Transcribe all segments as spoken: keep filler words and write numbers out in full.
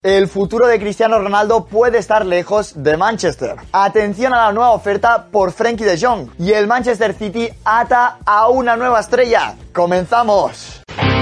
El futuro de Cristiano Ronaldo puede estar lejos de Manchester. Atención a la nueva oferta por Frenkie de Jong. Y el Manchester City ata a una nueva estrella. ¡Comenzamos!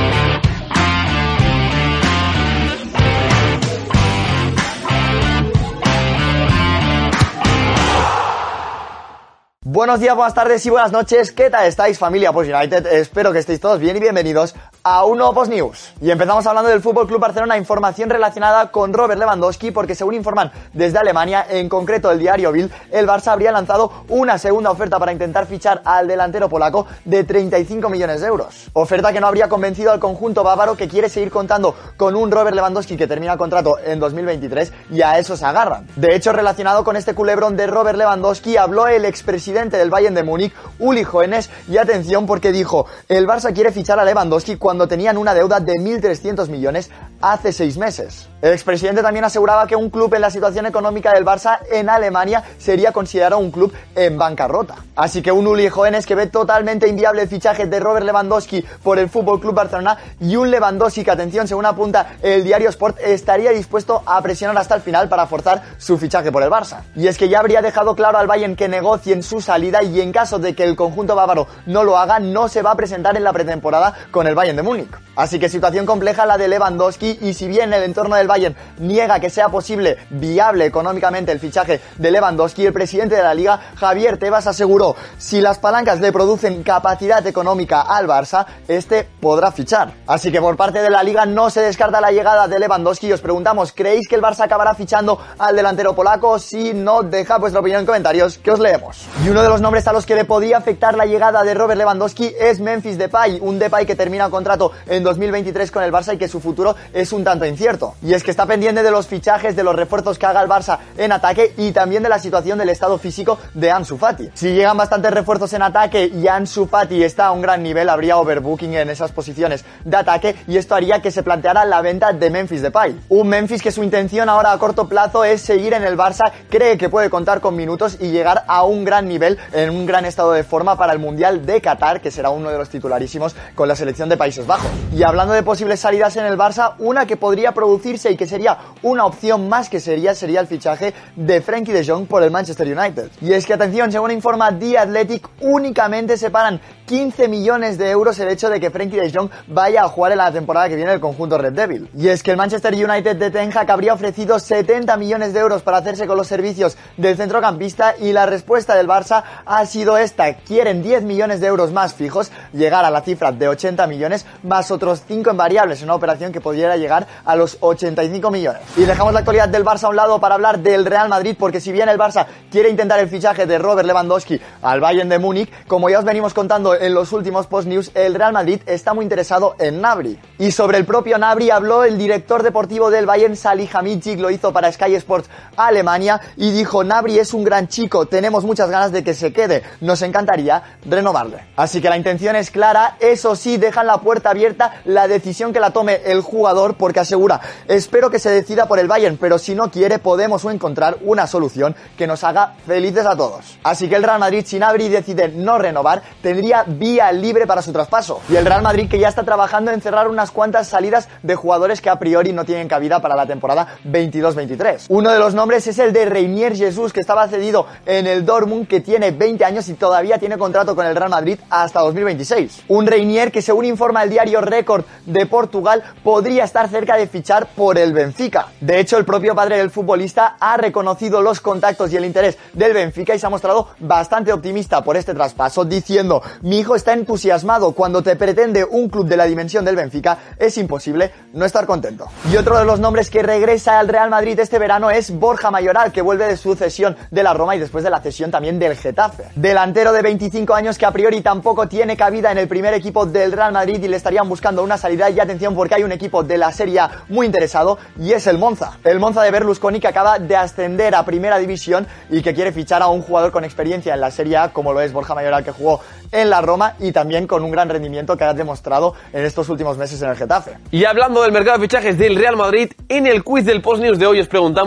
Buenos días, buenas tardes y buenas noches. ¿Qué tal estáis, familia Post United? Espero que estéis todos bien y bienvenidos a un nuevo Post News. Y empezamos hablando del F C Barcelona, información relacionada con Robert Lewandowski, porque según informan desde Alemania, en concreto el diario Bild, el Barça habría lanzado una segunda oferta para intentar fichar al delantero polaco de treinta y cinco millones de euros. Oferta que no habría convencido al conjunto bávaro, que quiere seguir contando con un Robert Lewandowski que termina contrato en dos mil veintitrés, y a eso se agarran. De hecho, relacionado con este culebrón de Robert Lewandowski, habló el expresidente del Bayern de Múnich, Uli Hoeneß, y atención porque dijo: el Barça quiere fichar a Lewandowski cuando tenían una deuda de mil trescientos millones hace seis meses. El expresidente también aseguraba que un club en la situación económica del Barça en Alemania sería considerado un club en bancarrota. Así que un Uli Hoeneß que ve totalmente inviable el fichaje de Robert Lewandowski por el F C Barcelona, y un Lewandowski que, atención, según apunta el diario Sport, estaría dispuesto a presionar hasta el final para forzar su fichaje por el Barça. Y es que ya habría dejado claro al Bayern que negocien su salida, y en caso de que el conjunto bávaro no lo haga, no se va a presentar en la pretemporada con el Bayern de Múnich. Así que situación compleja la de Lewandowski, y si bien el entorno del Bayern niega que sea posible, viable económicamente el fichaje de Lewandowski, el presidente de la Liga, Javier Tebas, aseguró: si las palancas le producen capacidad económica al Barça, este podrá fichar. Así que por parte de la Liga no se descarta la llegada de Lewandowski, y os preguntamos: ¿creéis que el Barça acabará fichando al delantero polaco? Si no, dejad vuestra opinión en comentarios, que os leemos. Y uno de los nombres a los que le podría afectar la llegada de Robert Lewandowski es Memphis Depay, un Depay que termina contrato en dos mil veintitrés con el Barça y que su futuro es un tanto incierto. Y es que está pendiente de los fichajes, de los refuerzos que haga el Barça en ataque, y también de la situación del estado físico de Ansu Fati. Si llegan bastantes refuerzos en ataque y Ansu Fati está a un gran nivel, habría overbooking en esas posiciones de ataque, y esto haría que se planteara la venta de Memphis Depay. Un Memphis que su intención ahora a corto plazo es seguir en el Barça, cree que puede contar con minutos y llegar a un gran nivel, en un gran estado de forma para el Mundial de Qatar, que será uno de los titularísimos con la selección de Países Bajos. Y hablando de posibles salidas en el Barça, una que podría producirse y que sería una opción más que sería, sería el fichaje de Frenkie de Jong por el Manchester United. Y es que, atención, según informa The Athletic, únicamente separan quince millones de euros el hecho de que Frenkie de Jong vaya a jugar en la temporada que viene el conjunto Red Devil. Y es que el Manchester United de Ten Hag habría ofrecido setenta millones de euros para hacerse con los servicios del centrocampista, y la respuesta del Barça ha sido esta: quieren diez millones de euros más fijos, llegar a la cifra de ochenta millones, más otros cinco en variables, en una operación que pudiera llegar a los ochenta y cinco millones. Y dejamos la actualidad del Barça a un lado para hablar del Real Madrid, porque si bien el Barça quiere intentar el fichaje de Robert Lewandowski al Bayern de Múnich, como ya os venimos contando en los últimos Post News, el Real Madrid está muy interesado en Gnabry. Y sobre el propio Gnabry habló el director deportivo del Bayern, Salihamidzic, lo hizo para Sky Sports Alemania, y dijo: Gnabry es un gran chico, tenemos muchas ganas de que se quede, nos encantaría renovarle. Así que la intención es clara, eso sí, dejan la puerta abierta la decisión que la tome el jugador, porque asegura: espero que se decida por el Bayern, pero si no quiere podemos encontrar una solución que nos haga felices a todos. Así que el Real Madrid, si Gnabry decide no renovar, tendría vía libre para su traspaso. Y el Real Madrid, que ya está trabajando en cerrar unas cuantas salidas de jugadores que a priori no tienen cabida para la temporada veintidós veintitrés. Uno de los nombres es el de Reinier Jesús, que estaba cedido en el Dortmund, que tiene veinte años y todavía tiene contrato con el Real Madrid hasta dos mil veintiséis. Un Reinier que, según informa el diario Record de Portugal, podría estar cerca de fichar por el Benfica. De hecho, el propio padre del futbolista ha reconocido los contactos y el interés del Benfica y se ha mostrado bastante optimista por este traspaso, diciendo: mi hijo está entusiasmado, cuando te pretende un club de la dimensión del Benfica es imposible no estar contento. Y otro de los nombres que regresa al Real Madrid este verano es Borja Mayoral, que vuelve de su cesión de la Roma y después de la cesión también del Getafe. Delantero de veinticinco años que a priori tampoco tiene cabida en el primer equipo del Real Madrid, y le estarían buscando una salida. Y atención, porque hay un equipo de la Serie A muy interesado, y es el Monza. El Monza de Berlusconi, que acaba de ascender a Primera División y que quiere fichar a un jugador con experiencia en la Serie A, como lo es Borja Mayoral, que jugó en la Roma y también con un gran rendimiento que ha demostrado en estos últimos meses en el Getafe. Y hablando del mercado de fichajes del Real Madrid, en el quiz del Post News de hoy os preguntamos: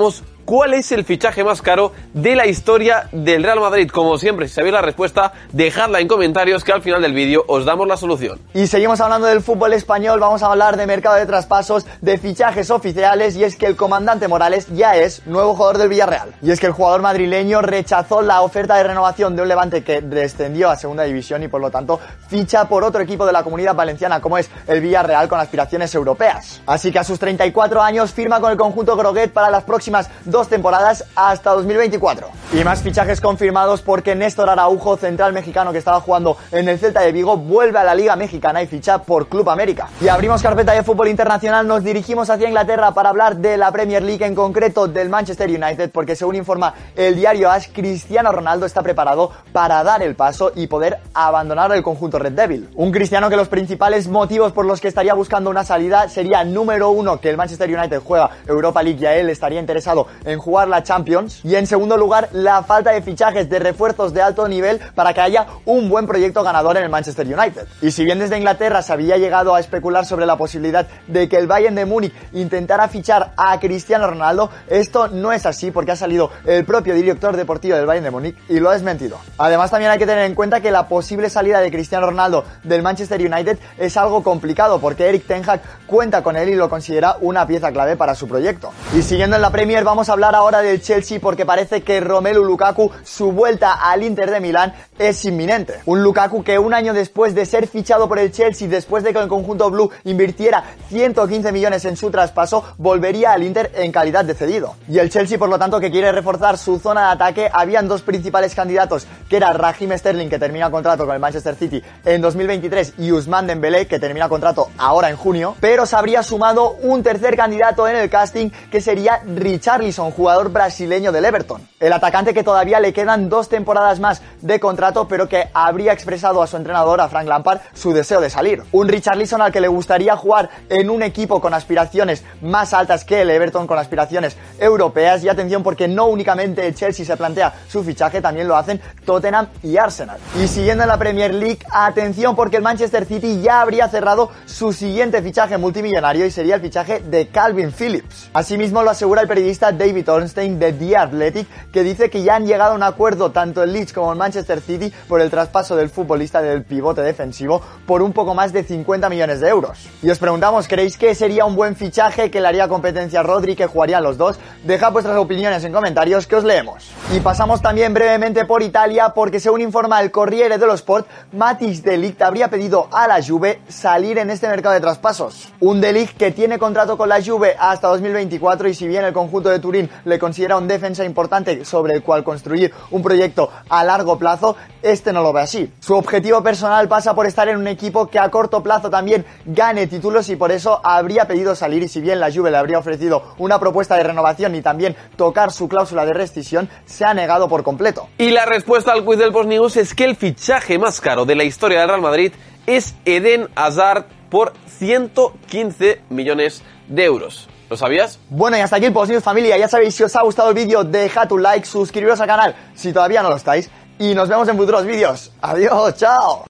¿cuál es el fichaje más caro de la historia del Real Madrid? Como siempre, si sabéis la respuesta, dejadla en comentarios que al final del vídeo os damos la solución. Y seguimos hablando del fútbol español, vamos a hablar de mercado de traspasos, de fichajes oficiales, y es que el comandante Morales ya es nuevo jugador del Villarreal. Y es que el jugador madrileño rechazó la oferta de renovación de un Levante que descendió a segunda división y por lo tanto ficha por otro equipo de la Comunidad Valenciana como es el Villarreal con aspiraciones europeas. Así que a sus treinta y cuatro años firma con el conjunto groguet para las próximas dos temporadas hasta dos mil veinticuatro. Y más fichajes confirmados porque Néstor Araujo, central mexicano que estaba jugando en el Celta de Vigo, vuelve a la Liga Mexicana y ficha por Club América. Y abrimos carpeta de fútbol internacional, nos dirigimos hacia Inglaterra para hablar de la Premier League, en concreto del Manchester United, porque según informa el diario As, Cristiano Ronaldo está preparado para dar el paso y poder abandonar el conjunto Red Devil. Un Cristiano que los principales motivos por los que estaría buscando una salida sería, número uno, que el Manchester United juega Europa League y a él estaría interesado en jugar la Champions, y en segundo lugar, la falta de fichajes de refuerzos de alto nivel para que haya un buen proyecto ganador en el Manchester United. Y si bien desde Inglaterra se había llegado a especular sobre la posibilidad de que el Bayern de Múnich intentara fichar a Cristiano Ronaldo, esto no es así porque ha salido el propio director deportivo del Bayern de Múnich y lo ha desmentido. Además, también hay que tener en cuenta que la posible salida de Cristiano Ronaldo del Manchester United es algo complicado porque Erik ten Hag cuenta con él y lo considera una pieza clave para su proyecto. Y siguiendo en la Premier, vamos a hablar ahora del Chelsea porque parece que Romelu Lukaku, su vuelta al Inter de Milán, es inminente. Un Lukaku que un año después de ser fichado por el Chelsea, después de que el conjunto blue invirtiera ciento quince millones en su traspaso, volvería al Inter en calidad de cedido. Y el Chelsea, por lo tanto, que quiere reforzar su zona de ataque, habían dos principales candidatos, que era Raheem Sterling, que termina contrato con el Manchester City en dos mil veintitrés, y Ousmane Dembélé, que termina contrato ahora en junio, pero se habría sumado un tercer candidato en el casting, que sería Richarlison, jugador brasileño del Everton. El atacante que todavía le quedan dos temporadas más de contrato, pero que habría expresado a su entrenador, a Frank Lampard, su deseo de salir. Un Richarlison al que le gustaría jugar en un equipo con aspiraciones más altas que el Everton, con aspiraciones europeas, y atención porque no únicamente el Chelsea se plantea su fichaje, también lo hacen Tottenham y Arsenal. Y siguiendo en la Premier League, atención porque el Manchester City ya habría cerrado su siguiente fichaje multimillonario y sería el fichaje de Calvin Phillips. Asimismo lo asegura el periodista David Ornstein de The Athletic, que dice que ya han llegado a un acuerdo tanto el Leeds como el Manchester City por el traspaso del futbolista del pivote defensivo por un poco más de cincuenta millones de euros. Y os preguntamos, ¿creéis que sería un buen fichaje, que le haría competencia a Rodri, que jugarían los dos? Dejad vuestras opiniones en comentarios que os leemos. Y pasamos también brevemente por Italia porque según informa el Corriere dello Sport, Matthijs de Ligt habría pedido a la Juve salir en este mercado de traspasos. Un de Ligt que tiene contrato con la Juve hasta dos mil veinticuatro y si bien el conjunto de Turín le considera un defensa importante sobre el cual construir un proyecto a largo plazo, este no lo ve así. Su objetivo personal pasa por estar en un equipo que a corto plazo también gane títulos y por eso habría pedido salir, y si bien la Juve le habría ofrecido una propuesta de renovación y también tocar su cláusula de rescisión, se ha negado por completo. Y la respuesta al quiz del Post News es que el fichaje más caro de la historia del Real Madrid es Eden Hazard por ciento quince millones de euros. ¿Lo sabías? Bueno, y hasta aquí el Post News, familia. Ya sabéis, si os ha gustado el vídeo, dejad un like, suscribiros al canal si todavía no lo estáis y nos vemos en futuros vídeos. Adiós, chao.